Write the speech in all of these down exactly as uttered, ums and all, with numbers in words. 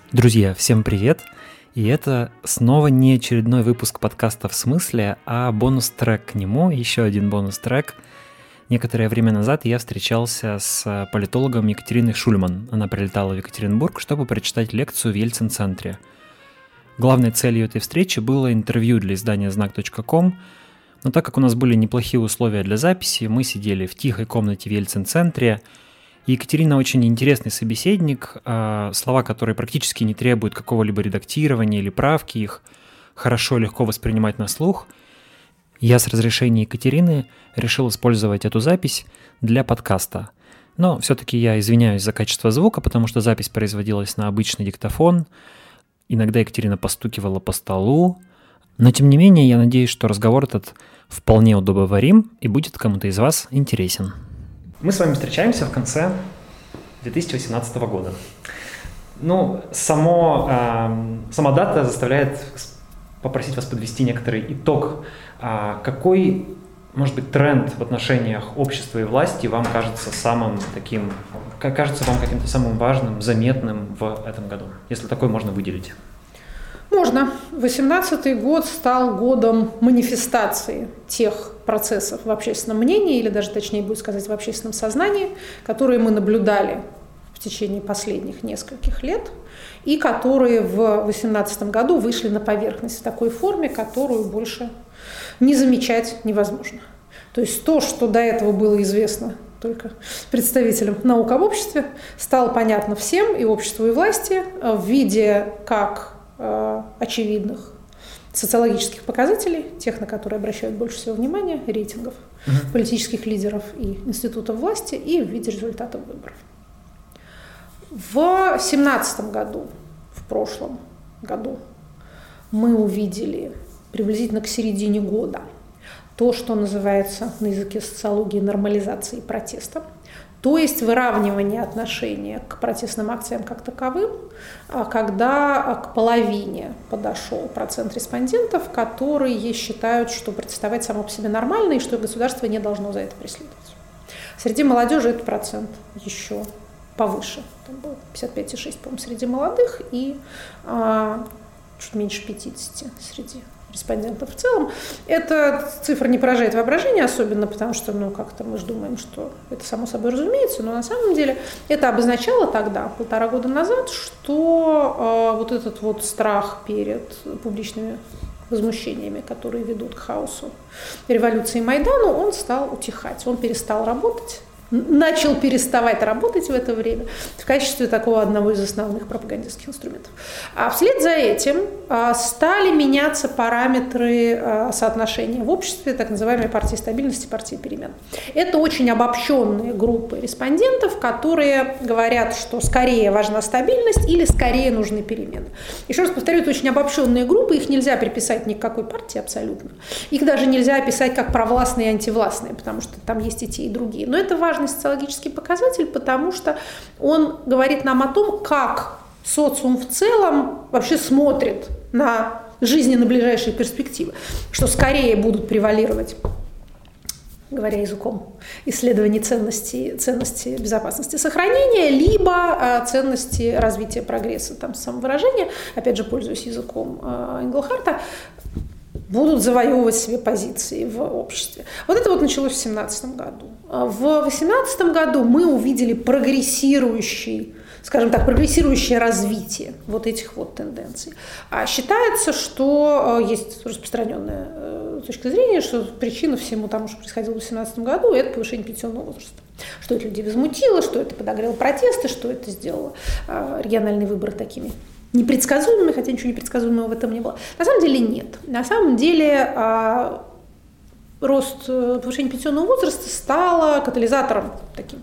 Друзья, всем привет! И это снова не очередной выпуск подкаста «В смысле», а бонус-трек к нему, еще один бонус-трек. Некоторое время назад я встречался с политологом Екатериной Шульман. Она прилетала в Екатеринбург, чтобы прочитать лекцию в Ельцин-центре. Главной целью этой встречи было интервью для издания знак точка ком, но так как у нас были неплохие условия для записи, мы сидели в тихой комнате в Ельцин-центре. Екатерина очень интересный собеседник, слова, которые практически не требуют какого-либо редактирования или правки, их хорошо и легко воспринимать на слух. Я с разрешения Екатерины решил использовать эту запись для подкаста. Но все-таки я извиняюсь за качество звука, потому что запись производилась на обычный диктофон. Иногда Екатерина постукивала по столу. Но тем не менее, я надеюсь, что разговор этот вполне удобоварим и будет кому-то из вас интересен. Мы с вами встречаемся в конце две тысячи восемнадцатого года. Ну, само, э, сама дата заставляет попросить вас подвести некоторый итог. А какой, может быть, тренд в отношениях общества и власти вам кажется самым таким, кажется вам каким-то самым важным, заметным в этом году, если такой можно выделить? Можно. восемнадцатый год стал годом манифестации тех процессов в общественном мнении, или даже точнее будет сказать в общественном сознании, которые мы наблюдали в течение последних нескольких лет и которые в две тысячи восемнадцатом году вышли на поверхность в такой форме, которую больше не замечать невозможно. То есть то, что до этого было известно только представителям наук об обществе, стало понятно всем, и обществу, и власти, в виде как очевидных социологических показателей, тех, на которые обращают больше всего внимания, рейтингов uh-huh. политических лидеров и институтов власти, и в виде результатов выборов. В две тысячи семнадцатом году, в прошлом году, мы увидели приблизительно к середине года то, что называется на языке социологии нормализацией протеста, то есть выравнивание отношения к протестным акциям как таковым, когда к половине подошел процент респондентов, которые считают, что протестовать само по себе нормально и что государство не должно за это преследовать. Среди молодежи этот процент еще повыше. Там было пятьдесят пять целых шесть десятых, по-моему, среди молодых и а, чуть меньше пятьдесят среди респондентов в целом. Эта цифра не поражает воображение особенно, потому что, ну, как-то мы же думаем, что это само собой разумеется, но на самом деле это обозначало тогда, полтора года назад, что э, вот этот вот страх перед публичными возмущениями, которые ведут к хаосу революции Майдану, он стал утихать, он перестал работать. Начал переставать работать в это время в качестве такого одного из основных пропагандистских инструментов. А вслед за этим стали меняться параметры соотношения в обществе, так называемые партии стабильности, партии перемен. Это очень обобщенные группы респондентов, которые говорят, что скорее важна стабильность или скорее нужны перемены. Еще раз повторю, это очень обобщенные группы, их нельзя приписать ни к какой партии абсолютно. Их даже нельзя описать как провластные и антивластные, потому что там есть и те, и другие. Но это важно. Социологический показатель, потому что он говорит нам о том, как социум в целом вообще смотрит на жизнь и на ближайшие перспективы, что скорее будут превалировать, говоря языком исследований ценностей, ценности безопасности сохранения, либо ценности развития прогресса, там самовыражения, опять же, пользуясь языком Инглхарта, будут завоевывать себе позиции в обществе. Вот это вот началось в две тысячи семнадцатом году. В две тысячи восемнадцатом году мы увидели прогрессирующий, скажем так, прогрессирующее развитие вот этих вот тенденций. А считается, что есть распространенная точка зрения, что причина всему тому, что происходило в две тысячи восемнадцатом году, это повышение пенсионного возраста. Что это людей возмутило, что это подогрело протесты, что это сделало региональные выборы такими непредсказуемыми, хотя ничего непредсказуемого в этом не было. На самом деле нет. На самом деле а, рост повышения пенсионного возраста стало катализатором, таким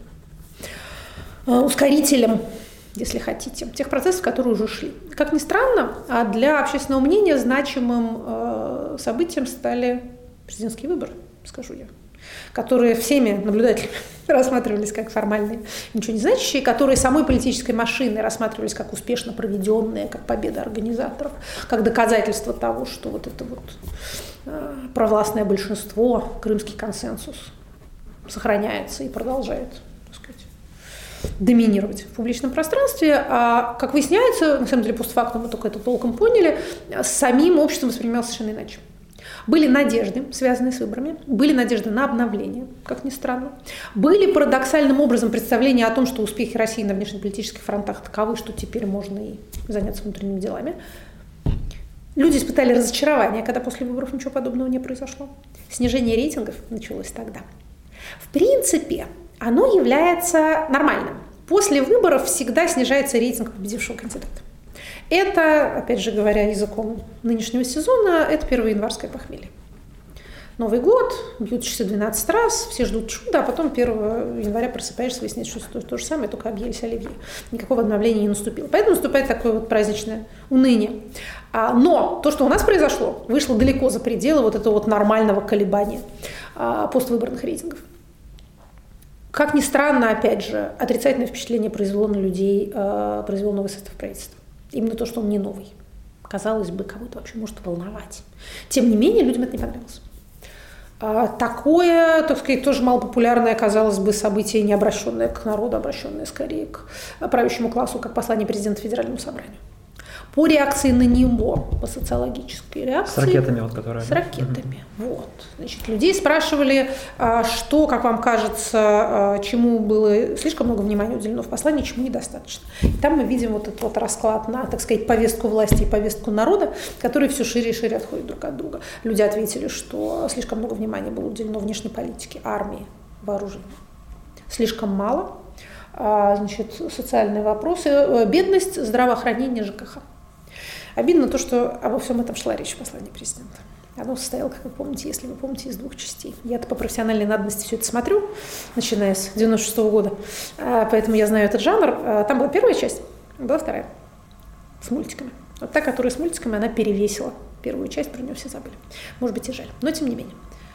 а, ускорителем, если хотите, тех процессов, которые уже шли. Как ни странно, а для общественного мнения значимым а, событием стали президентские выборы, скажу я, которые всеми наблюдателями рассматривались как формальные, ничего не значащие, которые самой политической машиной рассматривались как успешно проведенные, как победа организаторов, как доказательство того, что вот это вот э, провластное большинство, крымский консенсус сохраняется и продолжает, так сказать, доминировать в публичном пространстве. А, как выясняется, на самом деле постфактум мы только это толком поняли, самим обществом воспринималось совершенно иначе. Были надежды, связанные с выборами, были надежды на обновление, как ни странно. Были парадоксальным образом представления о том, что успехи России на внешнеполитических фронтах таковы, что теперь можно и заняться внутренними делами. Люди испытали разочарование, когда после выборов ничего подобного не произошло. Снижение рейтингов началось тогда. В принципе, оно является нормальным. После выборов всегда снижается рейтинг победившего кандидата. Это, опять же говоря языком нынешнего сезона, это первоянварское похмелье. Новый год, бьют часы двенадцать раз, все ждут чуда, а потом первого января просыпаешься, выясняется, что то, то же самое, только объелись оливье. Никакого обновления не наступило. Поэтому наступает такое вот праздничное уныние. А, но то, что у нас произошло, вышло далеко за пределы вот этого вот нормального колебания а, поствыборных рейтингов. Как ни странно, опять же, отрицательное впечатление произвело на людей, а, произвело новый состав правительства. Именно то, что он не новый. Казалось бы, кого-то вообще может волновать. Тем не менее, людям это не понравилось. А, такое, так сказать, тоже малопопулярное, казалось бы, событие, не обращенное к народу, обращенное скорее к правящему классу, как послание президента Федеральному собранию. По реакции на него, по социологической реакции. С ракетами, вот которые. С ракетами. Угу. Вот. Значит, людей спрашивали, что, как вам кажется, чему было слишком много внимания уделено в послании, чему недостаточно. И там мы видим вот этот вот расклад на, так сказать, повестку власти и повестку народа, которые все шире и шире отходят друг от друга. Люди ответили, что слишком много внимания было уделено внешней политике, армии, вооружению. Слишком мало. Значит, социальные вопросы, бедность, здравоохранение, ЖКХ. Обидно то, что обо всем этом шла речь в послании президента. Оно состояло, как вы помните, если вы помните, из двух частей. Я-то по профессиональной надобности все это смотрю, начиная с девяносто шестого года, поэтому я знаю этот жанр. Там была первая часть, была вторая, с мультиками. Вот та, которая с мультиками, она перевесила первую часть, про нее все забыли. Может быть и жаль, но тем не менее.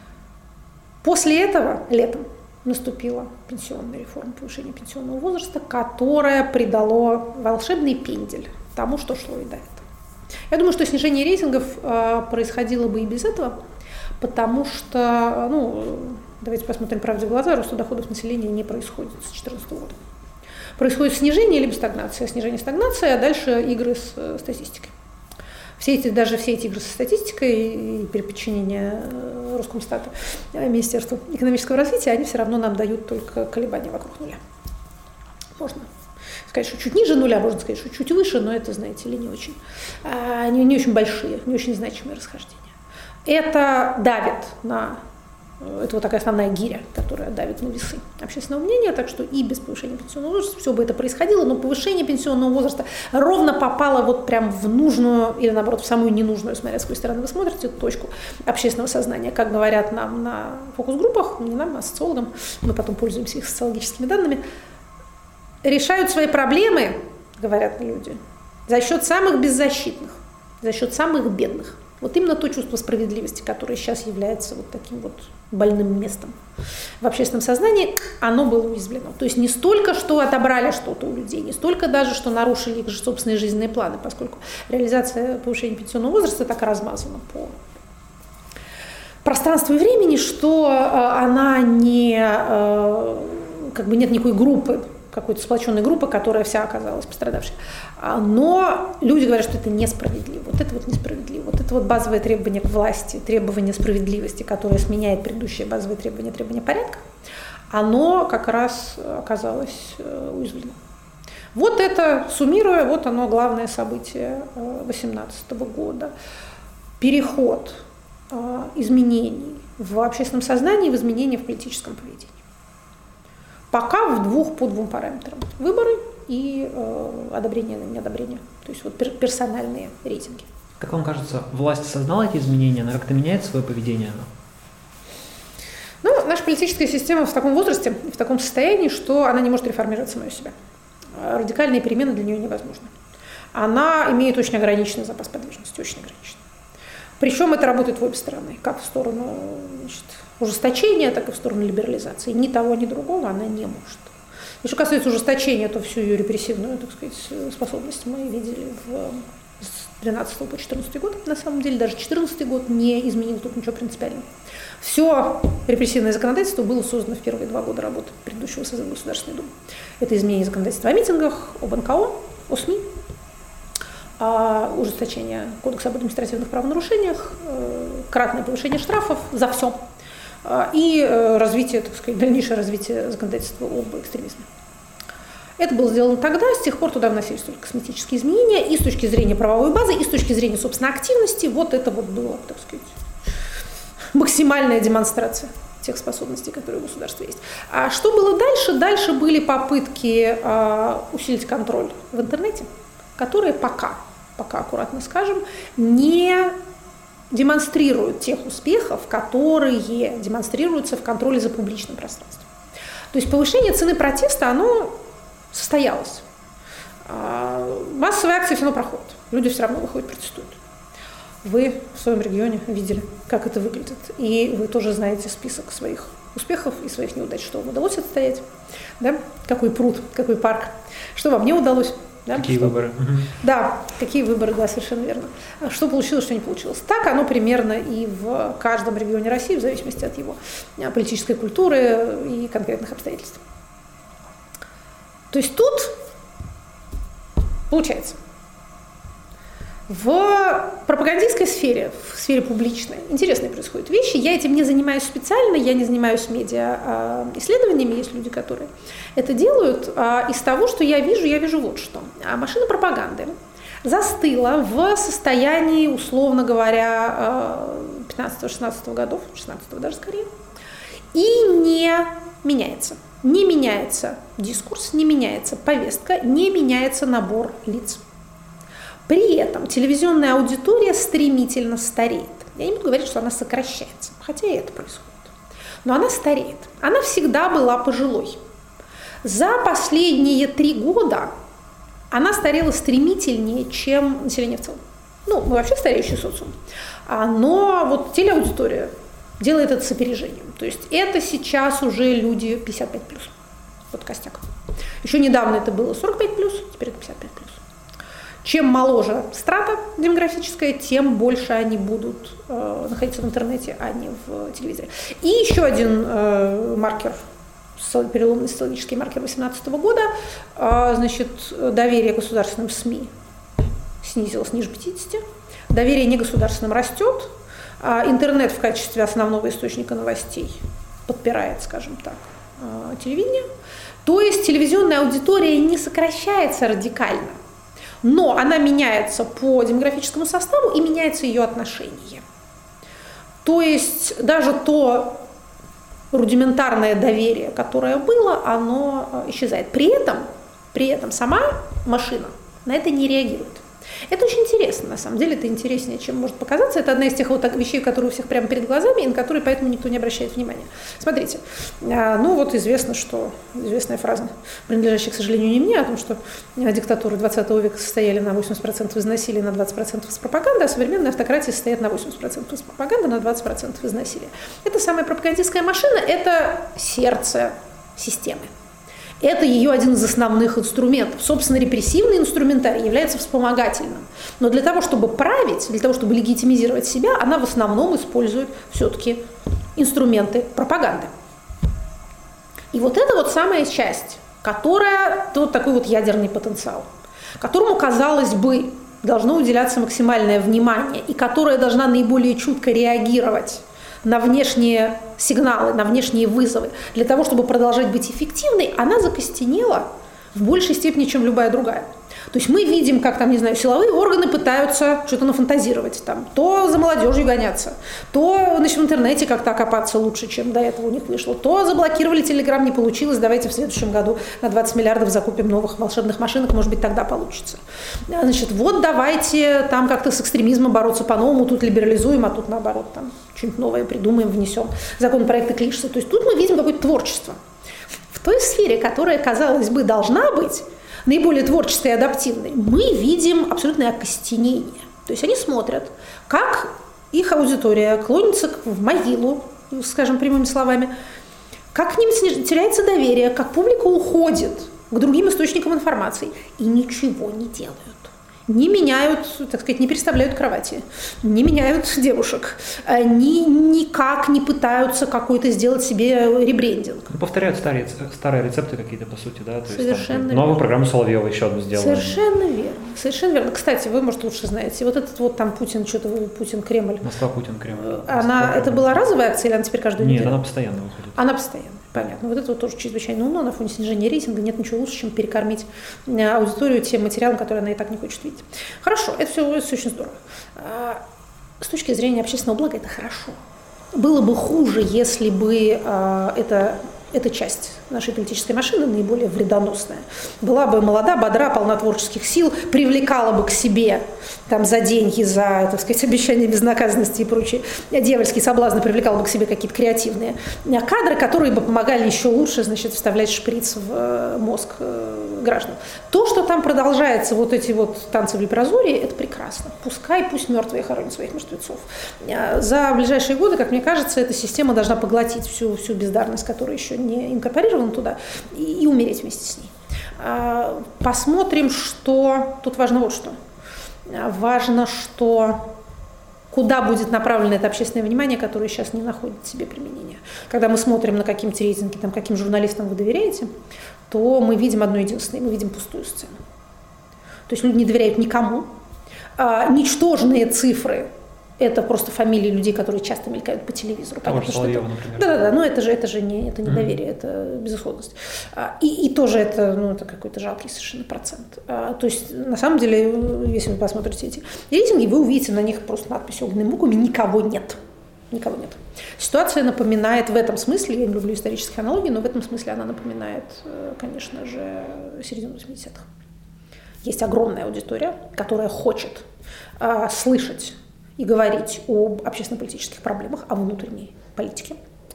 После этого, летом, наступила пенсионная реформа, повышение пенсионного возраста, которая придало волшебный пендель тому, что шло и до этого. Я думаю, что снижение рейтингов э, происходило бы и без этого, потому что, ну, давайте посмотрим правде в глаза, роста доходов населения не происходит с две тысячи четырнадцатого года. Происходит снижение либо стагнация, снижение стагнации, а дальше игры с э, статистикой. Все эти, даже все эти игры со статистикой и переподчинение Роскомстата Министерству экономического развития, они все равно нам дают только колебания вокруг нуля. Можно сказать, что чуть ниже нуля, можно сказать, что чуть выше, но это, знаете ли, не очень, не, не очень большие, не очень значимые расхождения. Это давит на... Это вот такая основная гиря, которая давит на весы общественного мнения, так что и без повышения пенсионного возраста все бы это происходило, но повышение пенсионного возраста ровно попало вот прям в нужную или, наоборот, в самую ненужную, смотря с какой стороны вы смотрите, точку общественного сознания. Как говорят нам на фокус-группах, не нам, а социологам, мы потом пользуемся их социологическими данными, решают свои проблемы, говорят люди, за счет самых беззащитных, за счет самых бедных. Вот именно то чувство справедливости, которое сейчас является вот таким вот больным местом в общественном сознании, оно было уязвлено. То есть не столько, что отобрали что-то у людей, не столько даже, что нарушили их же собственные жизненные планы, поскольку реализация повышения пенсионного возраста так размазана по пространству и времени, что она не, как бы нет никакой группы, какой-то сплоченной группы, которая вся оказалась пострадавшей. Но люди говорят, что это несправедливо. Вот это вот несправедливо. Вот это вот базовое требование к власти, требование справедливости, которое сменяет предыдущее базовое требование, требование порядка, оно как раз оказалось уязвлено. Вот это, суммируя, вот оно главное событие две тысячи восемнадцатого года. Переход изменений в общественном сознании, в изменения в политическом поведении. Пока в двух, по двум параметрам. Выборы и э, одобрение или неодобрение. То есть вот пер- персональные рейтинги. Как вам кажется, власть осознала эти изменения? Она как-то меняет свое поведение? Ну, наша политическая система в таком возрасте, в таком состоянии, что она не может реформировать саму себя. Радикальные перемены для нее невозможны. Она имеет очень ограниченный запас подвижности, очень ограниченный. Причем это работает в обе стороны, как в сторону, значит, ужесточения, так и в сторону либерализации. Ни того, ни другого она не может. И что касается ужесточения, то всю ее репрессивную, так сказать, способность мы видели в тринадцатого по четырнадцатый год, на самом деле, даже четырнадцатый год не изменил тут ничего принципиального. Все репрессивное законодательство было создано в первые два года работы предыдущего созыва Государственной Думы. Это изменение законодательства о митингах, об эн ка о, о СМИ, о ужесточение Кодекса об административных правонарушениях, кратное повышение штрафов за все и развитие, так сказать, дальнейшее развитие законодательства об экстремизме. Это было сделано тогда, с тех пор туда вносились только косметические изменения, и с точки зрения правовой базы, и с точки зрения, собственно, активности, вот это вот было, так сказать, максимальная демонстрация тех способностей, которые у государства есть. А что было дальше? Дальше были попытки э, усилить контроль в интернете, которые пока, пока аккуратно скажем, не демонстрируют тех успехов, которые демонстрируются в контроле за публичным пространством. То есть повышение цены протеста, оно состоялось. Массовые акции все равно проходят. Люди все равно выходят, протестуют. Вы в своем регионе видели, как это выглядит. И вы тоже знаете список своих успехов и своих неудач, что вам удалось отстоять. Да? Какой пруд, какой парк. Что вам не удалось. Да? Какие что? выборы. Да, какие выборы, да, совершенно верно. Что получилось, что не получилось. Так оно примерно и в каждом регионе России, в зависимости от его политической культуры и конкретных обстоятельств. То есть тут, получается, в пропагандистской сфере, в сфере публичной, интересные происходят вещи. Я этим не занимаюсь специально, я не занимаюсь медиа-исследованиями, есть люди, которые это делают. Из того, что я вижу, я вижу вот что. Машина пропаганды застыла в состоянии, условно говоря, пятнадцатого-шестнадцатого годов, шестнадцатого даже скорее, и не меняется. Не меняется дискурс, не меняется повестка, не меняется набор лиц. При этом телевизионная аудитория стремительно стареет. Я не буду говорить, что она сокращается, хотя и это происходит. Но она стареет. Она всегда была пожилой. За последние три года она старела стремительнее, чем население в целом. Ну, мы вообще стареющий социум. Но вот телеаудитория делает это с опережением. То есть это сейчас уже люди пятьдесят пять плюс. Вот костяк. Еще недавно это было сорок пять плюс, теперь это пятьдесят пять плюс. Чем моложе страта демографическая, тем больше они будут э, находиться в интернете, а не в телевизоре. И еще один э, маркер, переломный социологический маркер две тысячи восемнадцатого года, э, значит, доверие государственным СМИ снизилось ниже пятидесяти, доверие негосударственным растет, а интернет в качестве основного источника новостей подпирает, скажем так, э, телевидение. То есть телевизионная аудитория не сокращается радикально, но она меняется по демографическому составу и меняется ее отношение. То есть даже то рудиментарное доверие, которое было, оно исчезает. При этом, при этом сама машина на это не реагирует. Это очень интересно, на самом деле, это интереснее, чем может показаться. Это одна из тех вот вещей, которые у всех прямо перед глазами, и на которые поэтому никто не обращает внимания. Смотрите, ну вот известно, что, известная фраза, принадлежащая, к сожалению, не мне, о том, что диктатуры двадцатого века состояли на восемьдесят процентов из насилия, на двадцать процентов из пропаганды, а современные автократии состоят на восемьдесят процентов из пропаганды, на двадцать процентов из насилия. Это самая пропагандистская машина, это сердце системы. Это ее один из основных инструментов. Собственно, репрессивный инструментарий является вспомогательным. Но для того, чтобы править, для того, чтобы легитимизировать себя, она в основном использует все-таки инструменты пропаганды. И вот это вот самая часть, которая, вот такой вот ядерный потенциал, которому, казалось бы, должно уделяться максимальное внимание, и которая должна наиболее чутко реагировать на внешние сигналы, на внешние вызовы, для того, чтобы продолжать быть эффективной, она закостенела в большей степени, чем любая другая. То есть мы видим, как там, не знаю, силовые органы пытаются что-то нафантазировать, там, то за молодежью гоняться, то, значит, в интернете как-то окопаться лучше, чем до этого у них вышло, то заблокировали Телеграм, не получилось, давайте в следующем году на двадцать миллиардов закупим новых волшебных машинок, может быть, тогда получится. Значит, вот давайте там как-то с экстремизмом бороться по-новому, тут либерализуем, а тут наоборот, там, что-нибудь новое придумаем, внесем, законопроекты клишутся. То есть тут мы видим какое-то творчество. В той сфере, которая, казалось бы, должна быть наиболее творческой и адаптивной, мы видим абсолютное окостенение. То есть они смотрят, как их аудитория клонится в могилу, скажем прямыми словами, как к ним теряется доверие, как публика уходит к другим источникам информации и ничего не делают. не меняют, так сказать, не переставляют кровати, не меняют девушек, ни, никак не пытаются какой-то сделать себе ребрендинг. Ну, повторяют старые, старые рецепты какие-то, по сути, да? То Совершенно есть, там, новую программу Соловьева еще одну сделали. Совершенно верно. Совершенно верно. Кстати, вы, может, лучше знаете, вот этот вот там Путин, что-то Путин, Кремль. Москва, Путин, Кремль. Она, Москва, это была разовая акция или она теперь каждую Нет, неделю? Нет, она постоянно выходит. Она постоянно. Понятно. Вот это вот тоже чрезвычайно умно, на фоне снижения рейтинга нет ничего лучше, чем перекормить аудиторию тем материалом, который она и так не хочет видеть. Хорошо, это все, это все очень здорово. С точки зрения общественного блага это хорошо. Было бы хуже, если бы это... эта часть нашей политической машины, наиболее вредоносная, была бы молода, бодра, полна творческих сил, привлекала бы к себе там, за деньги, за, так сказать, обещание безнаказанности и прочие дьявольские соблазны, привлекала бы к себе какие-то креативные кадры, которые бы помогали еще лучше, значит, вставлять шприц в мозг граждан. То, что там продолжается, вот эти вот танцы в лепрозории, это прекрасно. Пускай, пусть мертвые хоронят своих мертвецов. За ближайшие годы, как мне кажется, эта система должна поглотить всю, всю бездарность, которая еще не инкорпорирована туда, и, и умереть вместе с ней. Посмотрим, что... Тут важно вот что. Важно, что... Куда будет направлено это общественное внимание, которое сейчас не находит себе применения. Когда мы смотрим на какие-то рейтинги, там, каким журналистам вы доверяете, то мы видим одно единственное, мы видим пустую сцену. То есть люди не доверяют никому. А, ничтожные цифры – это просто фамилии людей, которые часто мелькают по телевизору. Того же Соловьева, например. Да-да-да, но это же, это же не, это не доверие, mm-hmm. это безусловность. И, и тоже это, ну, это какой-то жалкий совершенно процент. То есть, на самом деле, если вы посмотрите эти рейтинги, вы увидите на них просто надпись огненными буквами «Никого нет». Никого нет. Ситуация напоминает в этом смысле, я не люблю исторические аналогии, но в этом смысле она напоминает, конечно же, середину восьмидесятых. Есть огромная аудитория, которая хочет а, слышать и говорить об общественно-политических проблемах, о внутренней политике.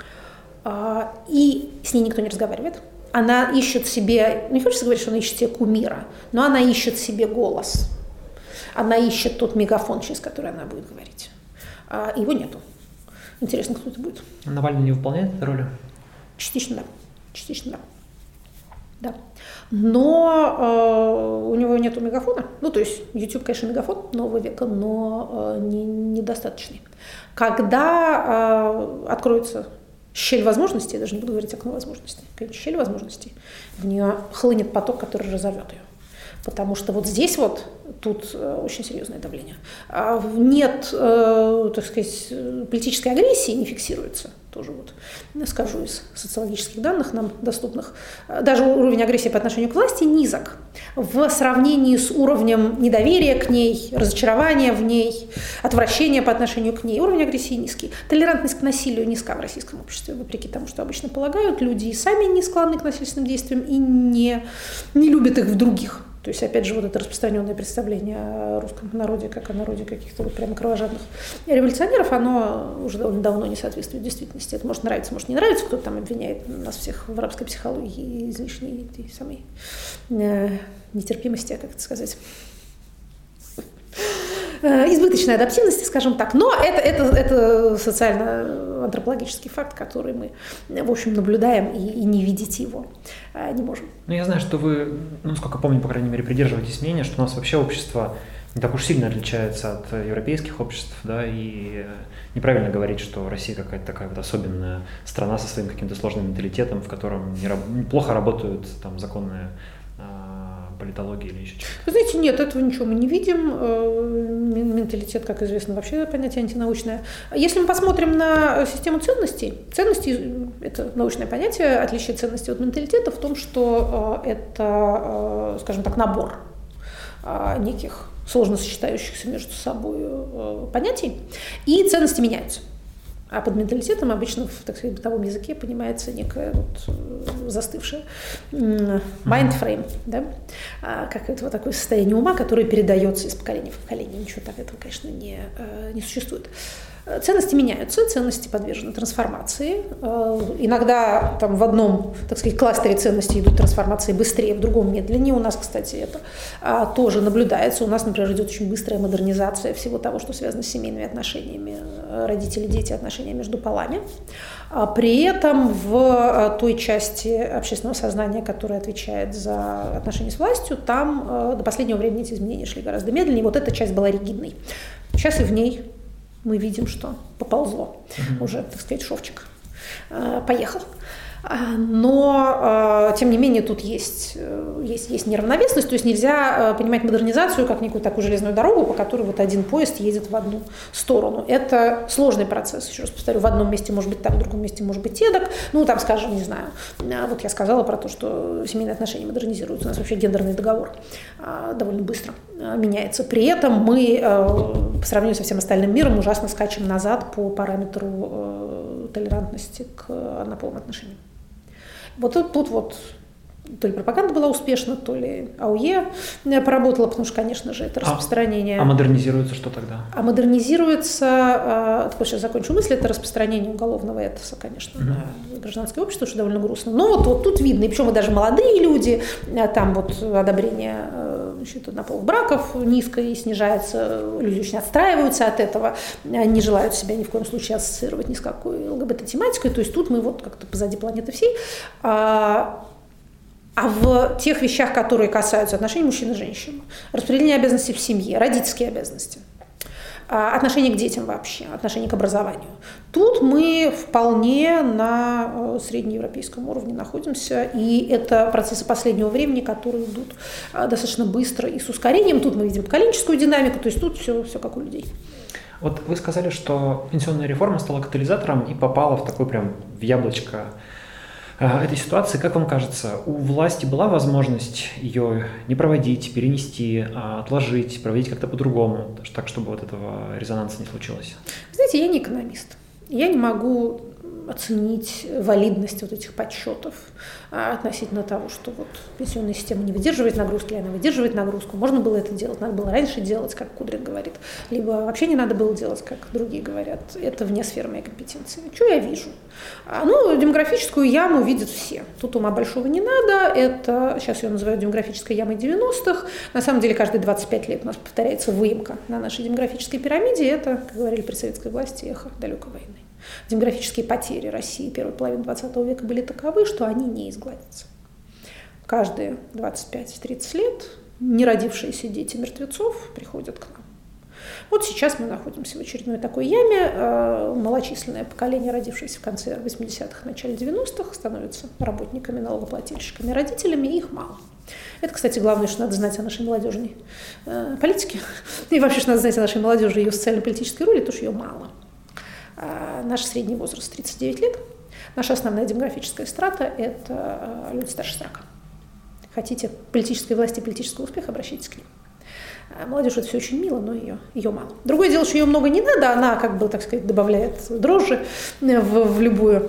И с ней никто не разговаривает. Она ищет себе, не хочется говорить, что она ищет себе кумира, но она ищет себе голос. Она ищет тот мегафон, через который она будет говорить. Его нету. Интересно, кто это будет. Навальный не выполняет эту роль? Частично да. Частично да. Да. Но э, у него нету мегафона. Ну, то есть YouTube, конечно, мегафон нового века, но э, не, недостаточный. Когда э, откроется щель возможностей, я даже не буду говорить окно возможностей, конечно, щель возможностей, в нее хлынет поток, который разорвет ее. Потому что вот здесь вот, тут э, очень серьезное давление. А нет, э, так сказать, политической агрессии не фиксируется. Тоже вот, скажу из социологических данных нам доступных. Даже уровень агрессии по отношению к власти низок. В сравнении с уровнем недоверия к ней, разочарования в ней, отвращения по отношению к ней, уровень агрессии низкий. Толерантность к насилию низка в российском обществе, вопреки тому, что обычно полагают. Люди и сами не склонны к насильственным действиям и не, не любят их в других. То есть, опять же, вот это распространенное представление о русском народе, как о народе каких-то вот прямо кровожадных революционеров, оно уже довольно давно не соответствует действительности. Это может нравиться, может не нравиться. Кто-то там обвиняет нас всех в арабской психологии и излишней этой самой э, нетерпимости, а как это сказать, избыточной адаптивности, скажем так. Но это, это, это социально-антропологический факт, который мы, в общем, наблюдаем и, и не видеть его не можем. Ну, я знаю, что вы, ну, сколько помню, по крайней мере, придерживаетесь мнения, что у нас вообще общество не так уж сильно отличается от европейских обществ, да, и неправильно говорить, что Россия какая-то такая вот особенная страна со своим каким-то сложным менталитетом, в котором не, плохо работают там законные политологии или еще что-то. Вы знаете, нет, этого ничего мы не видим. Менталитет, как известно, вообще понятие антинаучное. Если мы посмотрим на систему ценностей, ценности – это научное понятие, отличие ценностей от менталитета в том, что это, скажем так, набор неких сложно сочетающихся между собой понятий, и ценности меняются. А под менталитетом обычно в, так сказать, бытовом языке понимается некое вот застывшее mind frame, да? А, как это вот такое состояние ума, которое передается из поколения в поколение. Ничего так этого, конечно, не, не существует. Ценности меняются, ценности подвержены трансформации. Иногда там в одном, так сказать, кластере ценностей идут трансформации быстрее, в другом медленнее. У нас, кстати, это тоже наблюдается. У нас, например, идет очень быстрая модернизация всего того, что связано с семейными отношениями, родители, дети, отношения между полами. При этом в той части общественного сознания, которая отвечает за отношения с властью, там до последнего времени эти изменения шли гораздо медленнее. Вот эта часть была ригидной. Сейчас и в ней мы видим, что поползло. Mm-hmm. Уже, так сказать, шовчик поехал. Но, тем не менее, тут есть, есть, есть неравновесность, то есть нельзя понимать модернизацию как некую такую железную дорогу, по которой вот один поезд едет в одну сторону. Это сложный процесс, еще раз повторю, в одном месте может быть так, в другом месте может быть эдак. Ну, там, скажем, не знаю, вот я сказала про то, что семейные отношения модернизируются, у нас вообще гендерный договор довольно быстро меняется. При этом мы, по сравнению со всем остальным миром, ужасно скачем назад по параметру толерантности к однополым отношениям. Вот тут, тут вот то ли пропаганда была успешна, то ли АУЕ поработала, потому что, конечно же, это распространение... А, а модернизируется что тогда? А модернизируется, так, сейчас закончу мысль, это распространение уголовного этоса, конечно, угу. на гражданское общество, что довольно грустно. Но вот, вот тут видно, и причем и даже молодые люди, там вот одобрение значит, однополых браков низко и снижается, люди очень отстраиваются от этого, не желают себя ни в коем случае ассоциировать ни с какой ЛГБТ-тематикой, то есть тут мы вот как-то позади планеты всей. А в тех вещах, которые касаются отношений мужчин и женщин, распределения обязанностей в семье, родительские обязанности, отношение к детям вообще, отношение к образованию, тут мы вполне на среднеевропейском уровне находимся, и это процессы последнего времени, которые идут достаточно быстро и с ускорением. Тут мы видим поколенческую динамику, то есть тут все, все как у людей. Вот вы сказали, что пенсионная реформа стала катализатором и попала в такой прям в яблочко этой ситуации. Как вам кажется, у власти была возможность ее не проводить, перенести, отложить, проводить как-то по-другому, так, чтобы вот этого резонанса не случилось? Знаете, я не экономист. Я не могу оценить валидность вот этих подсчетов относительно того, что вот пенсионная система не выдерживает нагрузки, или она выдерживает нагрузку. Можно было это делать, надо было раньше делать, как Кудрин говорит, либо вообще не надо было делать, как другие говорят. Это вне сферы моей компетенции. Что я вижу? Ну, демографическую яму видят все. Тут ума большого не надо. Это, сейчас ее называют демографической ямой девяностых. На самом деле, каждые двадцать пять лет у нас повторяется выемка на нашей демографической пирамиде. Это, как говорили при советской власти, эхо далекой войны. Демографические потери России первой половины двадцатого века были таковы, что они не изгладятся. Каждые двадцать пять - тридцать лет неродившиеся дети мертвецов приходят к нам. Вот сейчас мы находимся в очередной такой яме. Малочисленное поколение, родившееся в конце восьмидесятых, начале девяностых, становятся работниками, налогоплательщиками, родителями, и их мало. Это, кстати, главное, что надо знать о нашей молодежной политике. И вообще, что надо знать о нашей молодежи и ее социально-политической роли, потому что ее мало. Наш средний возраст тридцать девять лет. Наша основная демографическая страта – это люди старше сорока. Хотите политической власти, политического успеха, обращайтесь к ним. Молодежь – это все очень мило, но ее, ее мало. Другое дело, что ее много не надо, она, как бы, так сказать, добавляет дрожжи в, в любую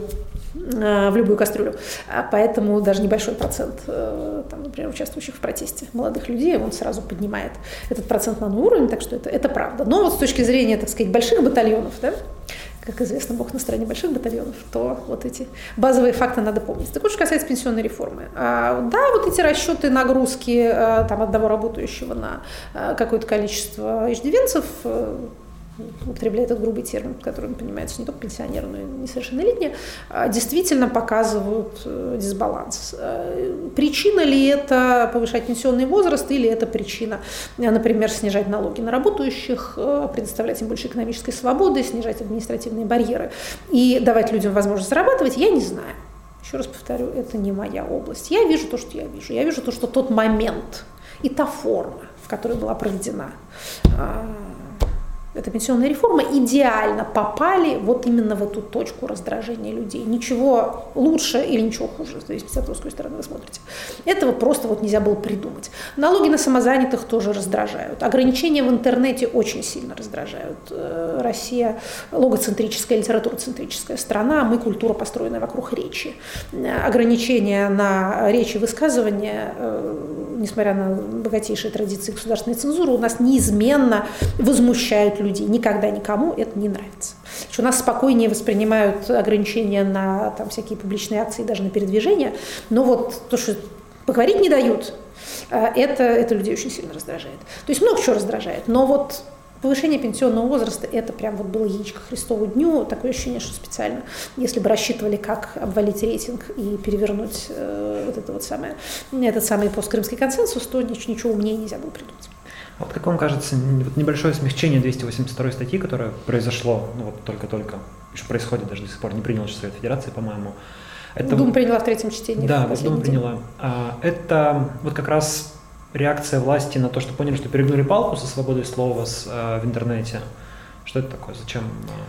в любую кастрюлю. Поэтому даже небольшой процент, там, например, участвующих в протесте молодых людей, он сразу поднимает этот процент на новый уровень, так что это, это правда. Но вот с точки зрения, так сказать, больших батальонов, да, как известно, Бог на стороне больших батальонов, то вот эти базовые факты надо помнить. Так вот, что касается пенсионной реформы. Да, вот эти расчеты нагрузки там, одного работающего на какое-то количество иждивенцев, употребляя этот грубый термин, под которым понимается не только пенсионеры, но и несовершеннолетние, действительно показывают дисбаланс. Причина ли это повышать пенсионный возраст, или это причина, например, снижать налоги на работающих, предоставлять им больше экономической свободы, снижать административные барьеры и давать людям возможность зарабатывать, я не знаю. Еще раз повторю, это не моя область. Я вижу то, что я вижу. Я вижу то, что тот момент и та форма, в которой была проведена эта пенсионная реформа, идеально попали вот именно в эту точку раздражения людей. Ничего лучше или ничего хуже, в зависимости от того, с какой стороны вы смотрите. Этого просто вот нельзя было придумать. Налоги на самозанятых тоже раздражают. Ограничения в интернете очень сильно раздражают. Россия логоцентрическая, литературоцентрическая страна, мы культура, построенная вокруг речи. Ограничения на речь и высказывания несмотря на богатейшие традиции государственной цензуры, у нас неизменно возмущают людей. Никогда никому это не нравится. У нас спокойнее воспринимают ограничения на там, всякие публичные акции, даже на передвижение. Но вот то, что поговорить не дают, это, это людей очень сильно раздражает. То есть много чего раздражает. Но вот повышение пенсионного возраста, это прям вот было яичко Христову дню, такое ощущение, что специально, если бы рассчитывали, как обвалить рейтинг и перевернуть э, вот это вот самое, этот самый посткрымский консенсус, то ничего, ничего умнее нельзя было придумать. Вот как вам кажется, вот небольшое смягчение двести восемьдесят второй статьи, которое произошло, ну вот только-только, еще происходит даже до сих пор, не принял еще Совет Федерации, по-моему. Это... Дума приняла в третьем чтении. Да, Дума приняла. А, это вот как раз реакция власти на то, что поняли, что перегнули палку со свободой слова с, э, в интернете. Что это такое? Зачем?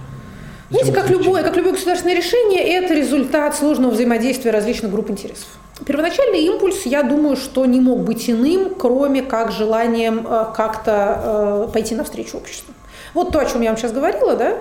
Э, Знаете, как любое, как любое государственное решение, это результат сложного взаимодействия различных групп интересов. Первоначальный импульс, я думаю, что не мог быть иным, кроме как желанием э, как-то э, пойти навстречу обществу. Вот то, о чем я вам сейчас говорила, да,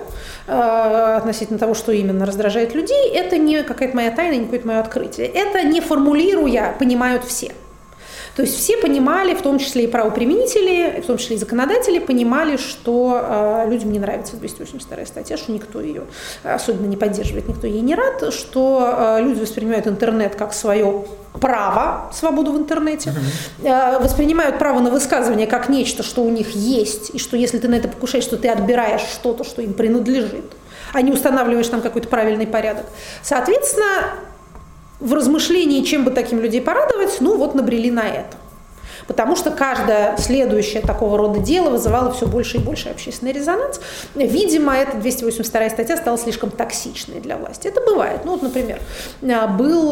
э, относительно того, что именно раздражает людей, это не какая-то моя тайна, не какое-то мое открытие. Это, не формулируя, понимают все. То есть все понимали, в том числе и правоприменители, в том числе и законодатели, понимали, что э, людям не нравится двести восемьдесят вторая статья, что никто ее особенно не поддерживает, никто ей не рад, что э, люди воспринимают интернет как свое право, свободу в интернете, э, воспринимают право на высказывание как нечто, что у них есть, и что если ты на это покушаешь, что ты отбираешь что-то, что им принадлежит, а не устанавливаешь там какой-то правильный порядок. Соответственно, в размышлении, чем бы таким людей порадовать, ну вот набрели на это. Потому что каждое следующее такого рода дело вызывало все больше и больше общественный резонанс. Видимо, эта двести восемьдесят вторая статья стала слишком токсичной для власти. Это бывает. Ну вот, например, был,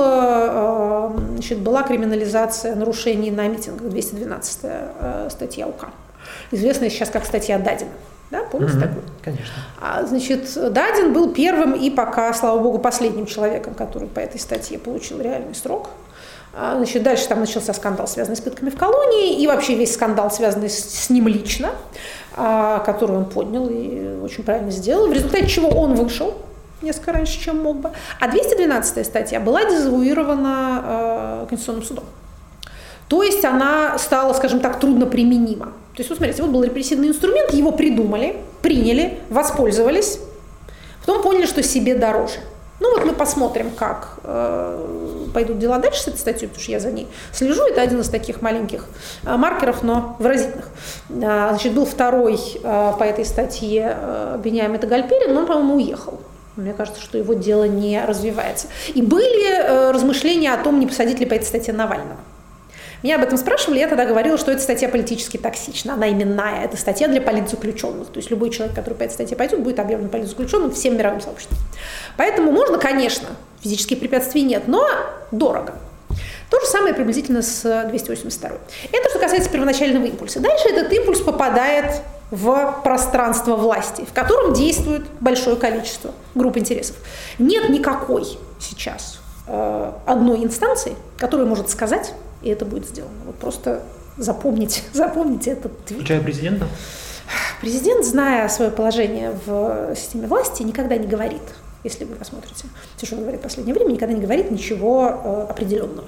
значит, была криминализация нарушений на митингах, двести двенадцатая статья УК. Известная сейчас как статья Дадина. Да, помните угу, такую? Конечно. А, значит, Дадин был первым и пока, слава богу, последним человеком, который по этой статье получил реальный срок. А, значит, дальше там начался скандал, связанный с пытками в колонии, и вообще весь скандал, связанный с, с ним лично, а, который он поднял и очень правильно сделал, в результате чего он вышел несколько раньше, чем мог бы. А двести двенадцатая статья была дезавуирована а, Конституционным судом. То есть она стала, скажем так, трудноприменима. То есть, вот смотрите, вот был репрессивный инструмент, его придумали, приняли, воспользовались, потом поняли, что себе дороже. Ну вот мы посмотрим, как э, пойдут дела дальше с этой статьей, потому что я за ней слежу. Это один из таких маленьких э, маркеров, но выразительных. Э, значит, был второй э, по этой статье э, Биньямин Гальперин, но он, по-моему, уехал. Мне кажется, что его дело не развивается. И были э, размышления о том, не посадить ли по этой статье Навального. Меня об этом спрашивали, я тогда говорила, что эта статья политически токсична, она именная, это статья для политзаключенных, то есть любой человек, который по этой статье пойдет, будет объявлен политзаключенным всем мировым сообществом. Поэтому можно, конечно, физических препятствий нет, но дорого. То же самое приблизительно с двести восемьдесят второй. Это что касается первоначального импульса. Дальше этот импульс попадает в пространство власти, в котором действует большое количество групп интересов. Нет никакой сейчас э, одной инстанции, которая может сказать, и это будет сделано. Вот просто запомните, запомните этот твит. Включая президента? Президент, зная свое положение в системе власти, никогда не говорит, если вы посмотрите, все, что он говорит в последнее время, никогда не говорит ничего э, определенного.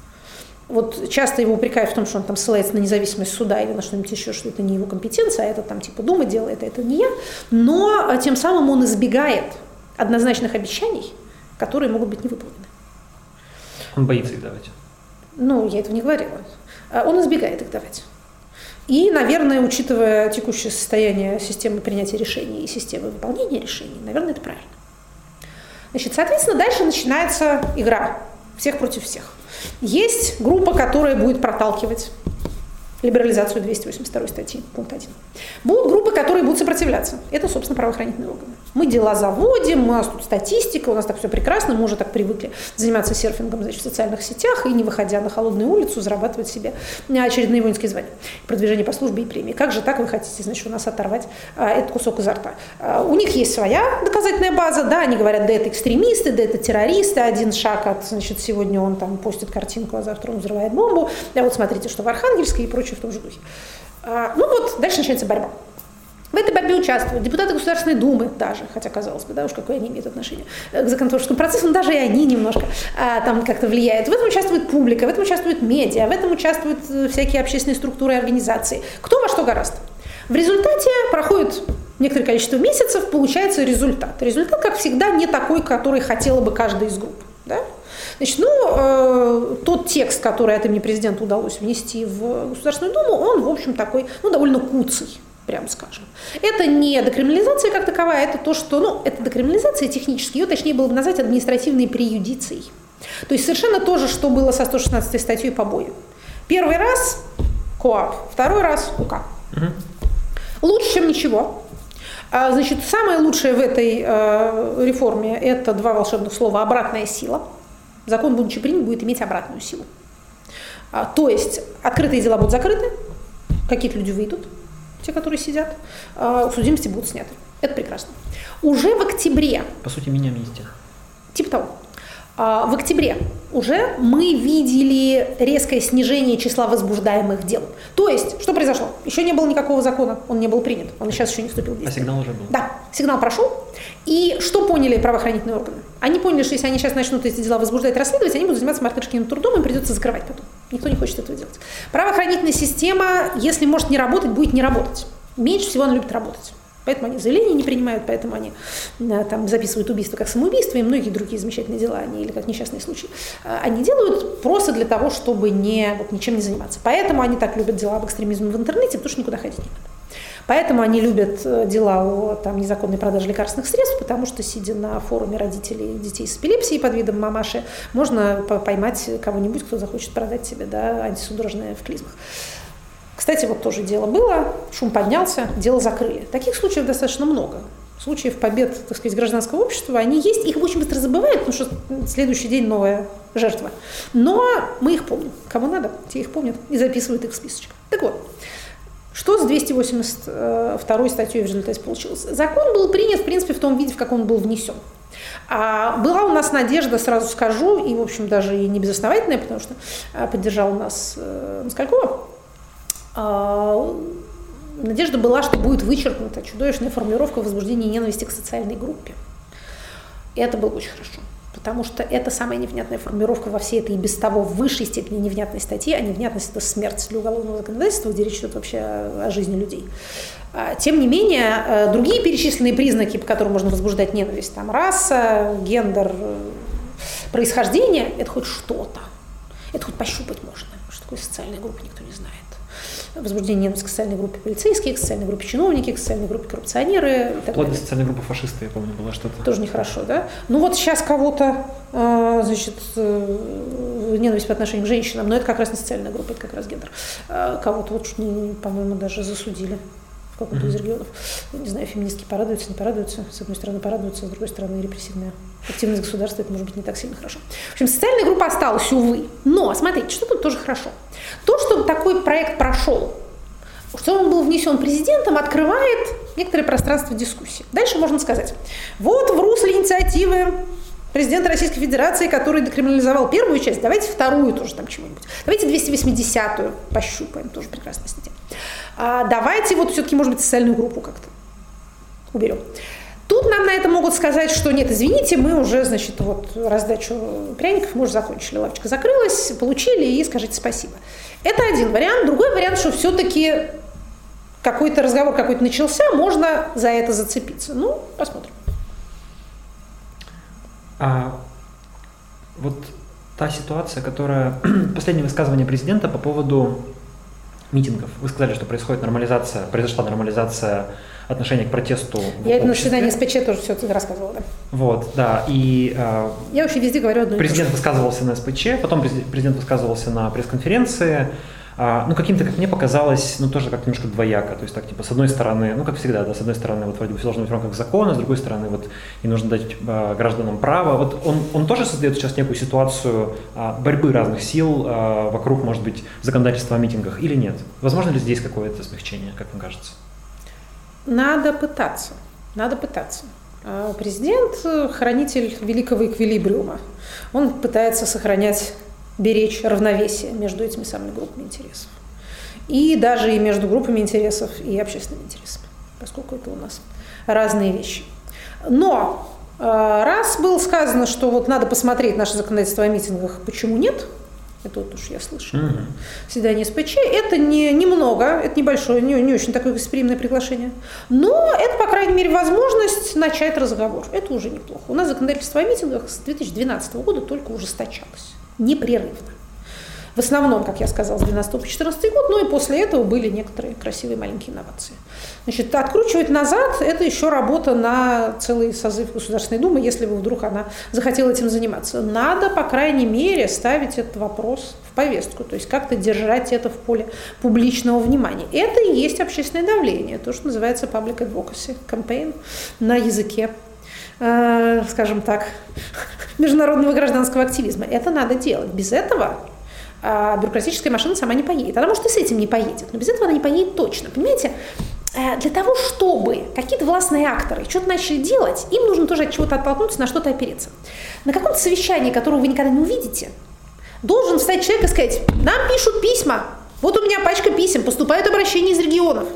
Вот часто его упрекают в том, что он там ссылается на независимость суда или на что-нибудь еще, что это не его компетенция, а это там типа Дума делает, а это не я. Но тем самым он избегает однозначных обещаний, которые могут быть не выполнены. Он боится их давать. Ну, я этого не говорила. Он избегает их давать. И, наверное, учитывая текущее состояние системы принятия решений и системы выполнения решений, наверное, это правильно. Значит, соответственно, дальше начинается игра всех против всех. Есть группа, которая будет проталкивать либерализацию двести восемьдесят второй статьи, пункт один. Будут группы, которые будут сопротивляться. Это, собственно, правоохранительные органы. Мы дела заводим, у нас тут статистика, у нас так все прекрасно, мы уже так привыкли заниматься серфингом, значит, в социальных сетях и, не выходя на холодную улицу, зарабатывать себе очередные воинские звания, продвижение по службе и премии. Как же так вы хотите, значит, у нас оторвать а, этот кусок изо рта? А, у них есть своя доказательная база, да, они говорят, да, это экстремисты, да, это террористы, один шаг от, значит, сегодня он там постит картинку, а завтра он взрывает бомбу, а вот смотрите, что в Архангельске и прочее в том же духе. А, ну вот, дальше начинается борьба. В этой борьбе участвуют депутаты Государственной Думы даже, хотя, казалось бы, да, уж какое они имеют отношение к законотворческому процессу, но даже и они немножко а, там как-то влияют. В этом участвует публика, в этом участвуют медиа, в этом участвуют всякие общественные структуры и организации. Кто во что гораст. В результате проходит некоторое количество месяцев, получается результат. Результат, как всегда, не такой, который хотела бы каждая из групп. Да? Значит, ну, э, тот текст, который от имени президента удалось внести в Государственную Думу, он, в общем, такой, ну, довольно куцый, прямо скажем. Это не декриминализация как таковая, это то, что, ну, это декриминализация технически, ее точнее было бы назвать административной преюдицией. То есть совершенно то же, что было со сто шестнадцатой статьей побои. Первый раз КоАП, второй раз УК. Угу. Лучше, чем ничего. Значит, самое лучшее в этой э, реформе – это два волшебных слова «обратная сила». Закон, будучи принят, будет иметь обратную силу. А, то есть открытые дела будут закрыты, какие-то люди выйдут, те, которые сидят, а, судимости будут сняты. Это прекрасно. Уже в октябре… По сути, мини-амнистия. Типа того. В октябре уже мы видели резкое снижение числа возбуждаемых дел. То есть, что произошло? Еще не было никакого закона, он не был принят, он сейчас еще не вступил в действие. А сигнал уже был? Да, сигнал прошел. И что поняли правоохранительные органы? Они поняли, что если они сейчас начнут эти дела возбуждать, расследовать, они будут заниматься мартышкиным трудом, им придется закрывать потом. Никто не хочет этого делать. Правоохранительная система, если может не работать, будет не работать. Меньше всего она любит работать. Поэтому они заявления не принимают, поэтому они там, записывают убийство как самоубийство и многие другие замечательные дела, они, или как несчастные случаи. Они делают просто для того, чтобы не, вот, ничем не заниматься. Поэтому они так любят дела об экстремизме в интернете, потому что никуда ходить не надо. Поэтому они любят дела о там, незаконной продаже лекарственных средств, потому что, сидя на форуме родителей детей с эпилепсией под видом мамаши, можно поймать кого-нибудь, кто захочет продать себе да, антисудорожное в клизмах. Кстати, вот тоже дело было, шум поднялся, дело закрыли. Таких случаев достаточно много. Случаев побед, так сказать, гражданского общества, они есть, их очень быстро забывают, потому что следующий день новая жертва. Но мы их помним. Кому надо, те их помнят и записывают их в списочек. Так вот, что с двести восемьдесят второй статьей в результате получилось? Закон был принят, в принципе, в том виде, в каком он был внесен. А была у нас надежда, сразу скажу, и, в общем, даже и не безосновательная, потому что поддержала нас Москалькова. Надежда была, что будет вычеркнута чудовищная формулировка возбуждения ненависти к социальной группе. И это было очень хорошо, потому что это самая невнятная формулировка во всей этой и без того в высшей степени невнятной статье, а невнятность – это смерть для уголовного законодательства, где речь идет вообще о жизни людей. Тем не менее, другие перечисленные признаки, по которым можно возбуждать ненависть, там раса, гендер, происхождение – это хоть что-то, это хоть пощупать можно, что такое социальная группа, никто не знает. Возбуждение ненависти к социальной группе полицейские, к социальной группе чиновники, к социальной группе коррупционеры. Вплоть до социальной группы фашисты, я помню, было что-то. Тоже нехорошо, да? Ну вот сейчас кого-то, значит, ненависть по отношению к женщинам, но это как раз не социальная группа, это как раз гендер. Кого-то, вот, по-моему, даже засудили в каком-то из регионов. Не знаю, феминистки порадуются, не порадуются. С одной стороны порадуются, с другой стороны репрессивная активность государства, это может быть не так сильно хорошо. В общем, социальная группа осталась, увы. Но, смотрите, что тут тоже хорошо. То, что такой проект прошел, что он был внесен президентом, открывает некоторое пространство дискуссии. Дальше можно сказать, вот в русле инициативы президента Российской Федерации, который декриминализовал первую часть, давайте вторую тоже там чего-нибудь. Давайте двести восьмидесятую пощупаем, тоже прекрасная статья. А давайте вот все-таки, может быть, социальную группу как-то уберем. Тут нам на это могут сказать, что нет, извините, мы уже, значит, вот раздачу пряников мы уже закончили, лавочка закрылась, получили и скажите спасибо. Это один вариант. Другой вариант, что все-таки какой-то разговор какой-то начался, можно за это зацепиться. Ну, посмотрим. А вот та ситуация, которая… Последнее высказывание президента по поводу митингов. Вы сказали, что происходит нормализация, произошла нормализация отношения к протесту. Я это на заседании СПЧ тоже все это рассказывала, да. Вот, да. И э, я вообще везде говорю одно и то же. Президент высказывался на СПЧ, потом президент высказывался на пресс-конференции. Э, ну, каким-то, как мне показалось, ну, тоже как-то немножко двояко. То есть, так, типа, с одной стороны, ну, как всегда, да, с одной стороны, вот вроде бы все должно быть в рамках закона, с другой стороны, вот, и нужно дать э, гражданам право. Вот он, он тоже создает сейчас некую ситуацию э, борьбы разных сил э, вокруг, может быть, законодательства о митингах или нет? Возможно ли здесь какое-то смягчение, как вам кажется? Надо пытаться, надо пытаться. Президент – хранитель великого эквилибриума. Он пытается сохранять, беречь равновесие между этими самыми группами интересов. И даже и между группами интересов и общественными интересами. поскольку это у нас разные вещи. Но раз было сказано, что вот надо посмотреть наше законодательство о митингах, почему нет, это вот уж я слышала, mm-hmm. заседание СПЧ, это не, немного, это небольшое, не, не очень такое гостеприимное приглашение, но это, по крайней мере, возможность начать разговор. Это уже неплохо. У нас законодательство о митингах с две тысячи двенадцатого года только ужесточалось, непрерывно. В основном, как я сказала, с две тысячи двенадцатого по две тысячи четырнадцатый год, но и после этого были некоторые красивые маленькие инновации. Значит, откручивать назад – это еще работа на целый созыв Государственной Думы, если бы вдруг она захотела этим заниматься. Надо, по крайней мере, ставить этот вопрос в повестку, то есть как-то держать это в поле публичного внимания. Это и есть общественное давление, то, что называется public advocacy campaign на языке, э, скажем так, международного гражданского активизма. Это надо делать. Без этого а бюрократическая машина сама не поедет. Она, может, и с этим не поедет, но без этого она не поедет точно. Понимаете, для того, чтобы какие-то властные акторы что-то начали делать, им нужно тоже от чего-то оттолкнуться, на что-то опереться. На каком-то совещании, которого вы никогда не увидите, должен встать человек и сказать: нам пишут письма, вот у меня пачка писем, поступают обращения из регионов.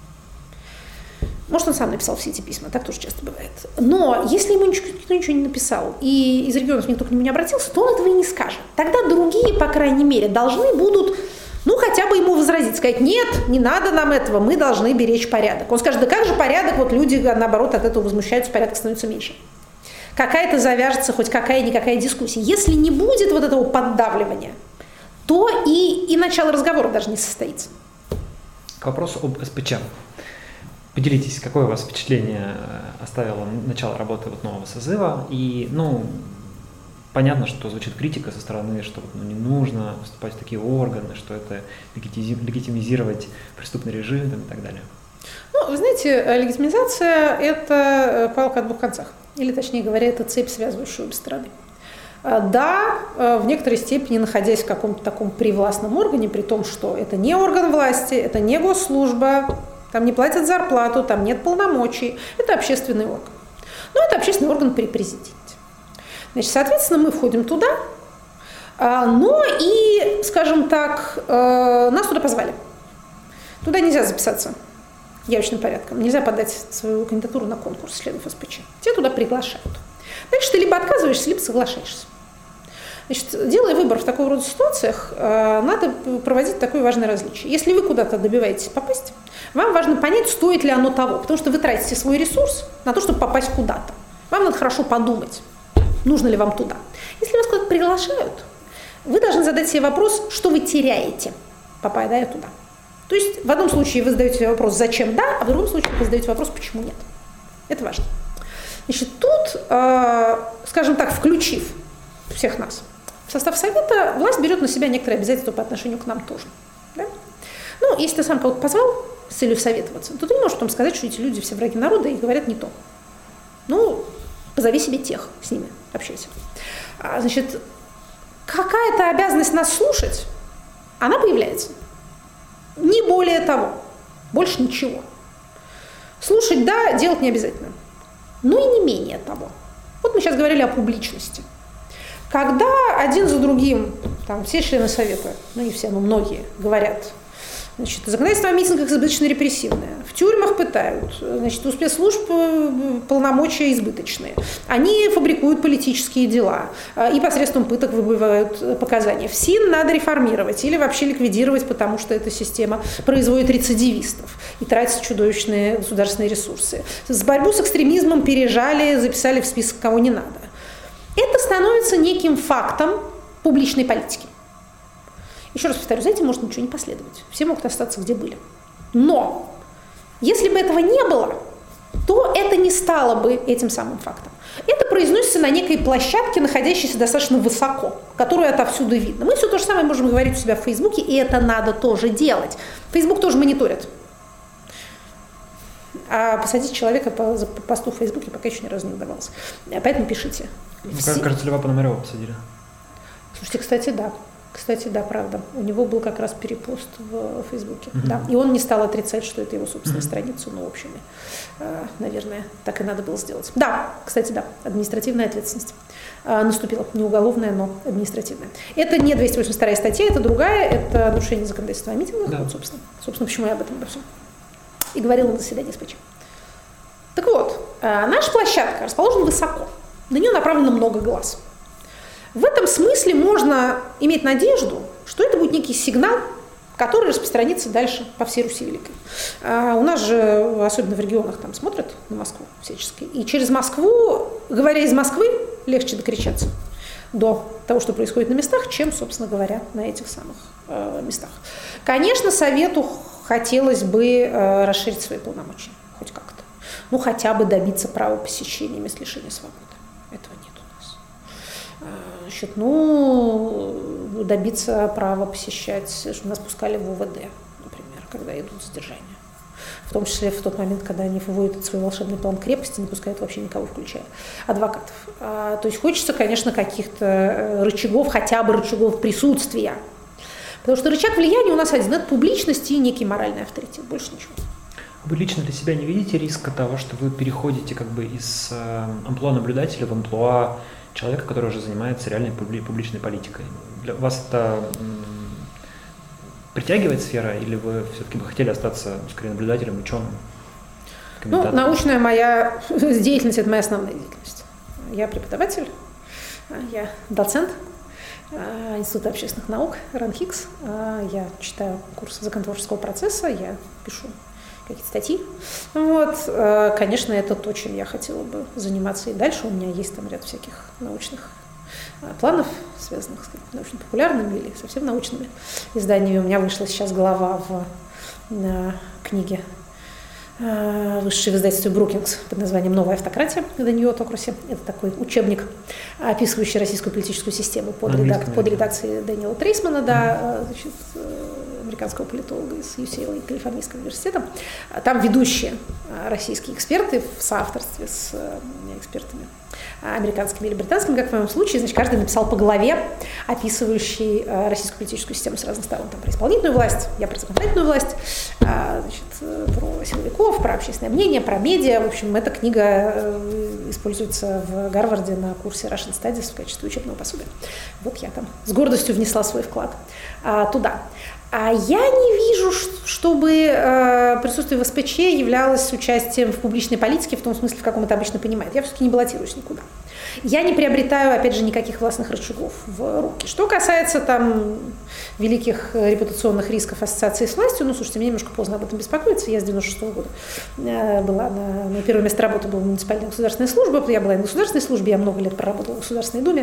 Может, он сам написал все эти письма, так тоже часто бывает. Но если ему никто, никто ничего не написал, и из регионов никто к нему не обратился, то он этого и не скажет. Тогда другие, по крайней мере, должны будут, ну, хотя бы ему возразить, сказать: нет, не надо нам этого, мы должны беречь порядок. Он скажет: да как же порядок, вот люди, наоборот, от этого возмущаются, порядок становится меньше. Какая-то завяжется хоть какая-никакая дискуссия. Если не будет вот этого поддавливания, то и, и начало разговора даже не состоится. К вопросу об СПЧ. Поделитесь, какое у вас впечатление оставило начало работы вот нового созыва? И, ну, понятно, что звучит критика со стороны, что ну, не нужно вступать в такие органы, что это легитимизировать преступный режим и так далее. Ну, вы знаете, легитимизация – это палка о двух концах. Или, точнее говоря, это цепь, связывающая обе стороны. Да, в некоторой степени, находясь в каком-то таком привластном органе, при том, что это не орган власти, это не госслужба, там не платят зарплату, там нет полномочий. Это общественный орган. Но это общественный орган при президенте. Значит, соответственно, мы входим туда, но и, скажем так, нас туда позвали. Туда нельзя записаться явочным порядком. Нельзя подать свою кандидатуру на конкурс членов СПЧ. Тебя туда приглашают. Дальше ты либо отказываешься, либо соглашаешься. Значит, делая выбор в такого рода ситуациях, надо проводить такое важное различие. Если вы куда-то добиваетесь попасть, вам важно понять, стоит ли оно того, потому что вы тратите свой ресурс на то, чтобы попасть куда-то. Вам надо хорошо подумать, нужно ли вам туда. Если вас куда-то приглашают, вы должны задать себе вопрос, что вы теряете, попадая туда. То есть в одном случае вы задаете себе вопрос «зачем да?», а в другом случае вы задаете вопрос «почему нет?». Это важно. Значит, тут, скажем так, включив всех нас в состав совета, власть берет на себя некоторые обязательства по отношению к нам тоже. Да? Ну, если ты сам кого-то позвал с целью советоваться, то ты не можешь потом сказать, что эти люди все враги народа и говорят не то. Ну, позови себе тех, с ними общайся. А, значит, какая-то обязанность нас слушать, она появляется. Не более того. Больше ничего. Слушать, да, делать не обязательно. Но и не менее того. Вот мы сейчас говорили о публичности. Когда один за другим, там, все члены совета, ну не все, но многие, говорят, значит, законодательство о митингах избыточно репрессивное, в тюрьмах пытают, значит, у спецслужб полномочия избыточные, они фабрикуют политические дела и посредством пыток выбивают показания. В СИН надо реформировать или вообще ликвидировать, потому что эта система производит рецидивистов и тратит чудовищные государственные ресурсы. С борьбу с экстремизмом пережали, записали в список кого не надо. Это становится неким фактом публичной политики. Еще раз повторю, за этим может ничего не последовать. Все могут остаться, где были. Но, если бы этого не было, то это не стало бы этим самым фактом. Это произносится на некой площадке, находящейся достаточно высоко, которую отовсюду видно. Мы все то же самое можем говорить у себя в Фейсбуке, и это надо тоже делать. Фейсбук тоже мониторит. А посадить человека по, по посту в Фейсбуке пока еще ни разу не удавалось. Поэтому пишите. Ну, кажется, Льва Пономарева посадили. Слушайте, кстати, да. Кстати, да, правда. У него был как раз перепост в Фейсбуке. Mm-hmm. Да. И он не стал отрицать, что это его собственная mm-hmm. страница. Ну, в общем, наверное, так и надо было сделать. Да, кстати, да, административная ответственность наступила. Не уголовная, но административная. Это не двести восемьдесят вторая статья, это другая. Это нарушение законодательства о митингах. Да. Вот, собственно. Собственно, почему я об этом обо всем и говорила на заседании СПЧ. наша площадка расположена высоко, на нее направлено много глаз. В этом смысле можно иметь надежду, что это будет некий сигнал, который распространится дальше по всей Руси Великой. А у нас же, особенно в регионах, там смотрят на Москву всячески. И через Москву, говоря из Москвы, легче докричаться до того, что происходит на местах, чем, собственно говоря, на этих самых э, местах. Конечно, Совету хотелось бы э, расширить свои полномочия, хоть как-то. Ну, хотя бы добиться права посещения мест лишения свободы. Этого нет у нас. Значит, ну, добиться права посещать, чтобы нас пускали в ОВД, например, когда идут задержания. В том числе в тот момент, когда они выводят свой волшебный план крепости, не пускают вообще никого, включая адвокатов. А, то есть хочется, конечно, каких-то рычагов, хотя бы рычагов присутствия. Потому что рычаг влияния у нас один – это публичность и некий моральный авторитет, больше ничего. Вы лично для себя не видите риска того, что вы переходите как бы из э, амплуа наблюдателя в амплуа человека, который уже занимается реальной публи- публичной политикой? Для вас это м, притягивает сфера, или вы все-таки бы хотели остаться, скорее, наблюдателем, ученым? Ну, научная моя деятельность – это моя основная деятельность. Я преподаватель, я доцент Института общественных наук РАНХИКС. Я читаю курсы законотворческого процесса, я пишу какие-то статьи. Вот. Конечно, это то, чем я хотела бы заниматься и дальше. У меня есть там ряд всяких научных планов, связанных с научно-популярными или совсем научными изданиями. У меня вышла сейчас глава в на книге, вышедшей в издательстве Брукингс под названием «Новая автократия» The New Autocracy. Это такой учебник, описывающий российскую политическую систему под, редак... под редакцией Дэниела Трейсмана, да, значит, американского политолога из ю си эл эй, Калифорнийского университета. Там ведущие российские эксперты в соавторстве с экспертами американскими или британскими, как в моем случае, значит, каждый написал по главе, описывающий российскую политическую систему с разных сторон. Там про исполнительную власть, я про законодательную власть, значит, про силовиков, про общественное мнение, про медиа. В общем, эта книга используется в Гарварде на курсе Russian Studies в качестве учебного пособия. Вот я там с гордостью внесла свой вклад а, туда. А я не вижу, чтобы э, присутствие в эс пэ че являлось участием в публичной политике, в том смысле, в каком это обычно понимают. Я все-таки не баллотируюсь никуда. Я не приобретаю, опять же, никаких властных рычагов в руки. Что касается там великих репутационных рисков ассоциации с властью, ну, слушайте, мне немножко поздно об этом беспокоиться. Я с девяносто шестого года э, была на, на первое место работы была муниципальная государственная служба. Я была и на государственной службе, я много лет проработала в Государственной Думе.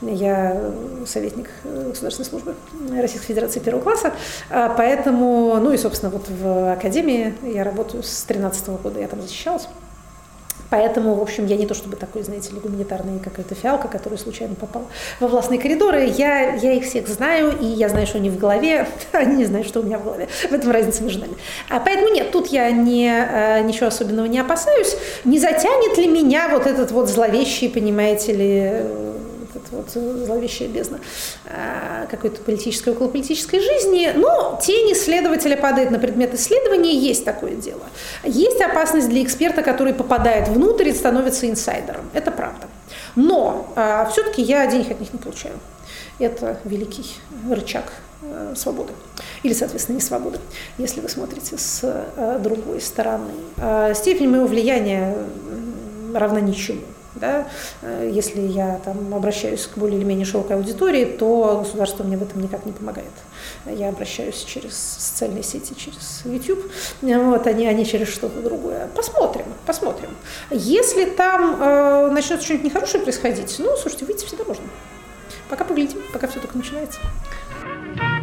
Я советник государственной службы Российской Федерации первого класса. Поэтому, ну и, собственно, вот в академии я работаю с тринадцатого года, я там защищалась. Поэтому, в общем, я не то чтобы такой, знаете ли, гуманитарная какая-то фиалка, которая случайно попала во властные коридоры. Я, я их всех знаю, и я знаю, что они в голове, они не знают, что у меня в голове. В этом разница между нами. А поэтому нет, тут я не, ничего особенного не опасаюсь. Не затянет ли меня вот этот вот зловещий, понимаете ли, вот зловещая бездна какой-то политической, околополитической жизни. Но тень исследователя падает на предмет исследования, есть такое дело. Есть опасность для эксперта, который попадает внутрь и становится инсайдером. Это правда. Но а, все-таки я денег от них не получаю. Это великий рычаг а, свободы. Или, соответственно, не свободы, если вы смотрите с а, другой стороны. А, степень моего влияния равна ничему. Да? Если я там обращаюсь к более или менее широкой аудитории, то государство мне в этом никак не помогает. Я обращаюсь через социальные сети, через YouTube, вот, а не, а не через что-то другое. Посмотрим, посмотрим. Если там э, начнет что-нибудь нехорошее происходить, ну, слушайте, выйти всегда можно. Пока поглядим, пока все только начинается.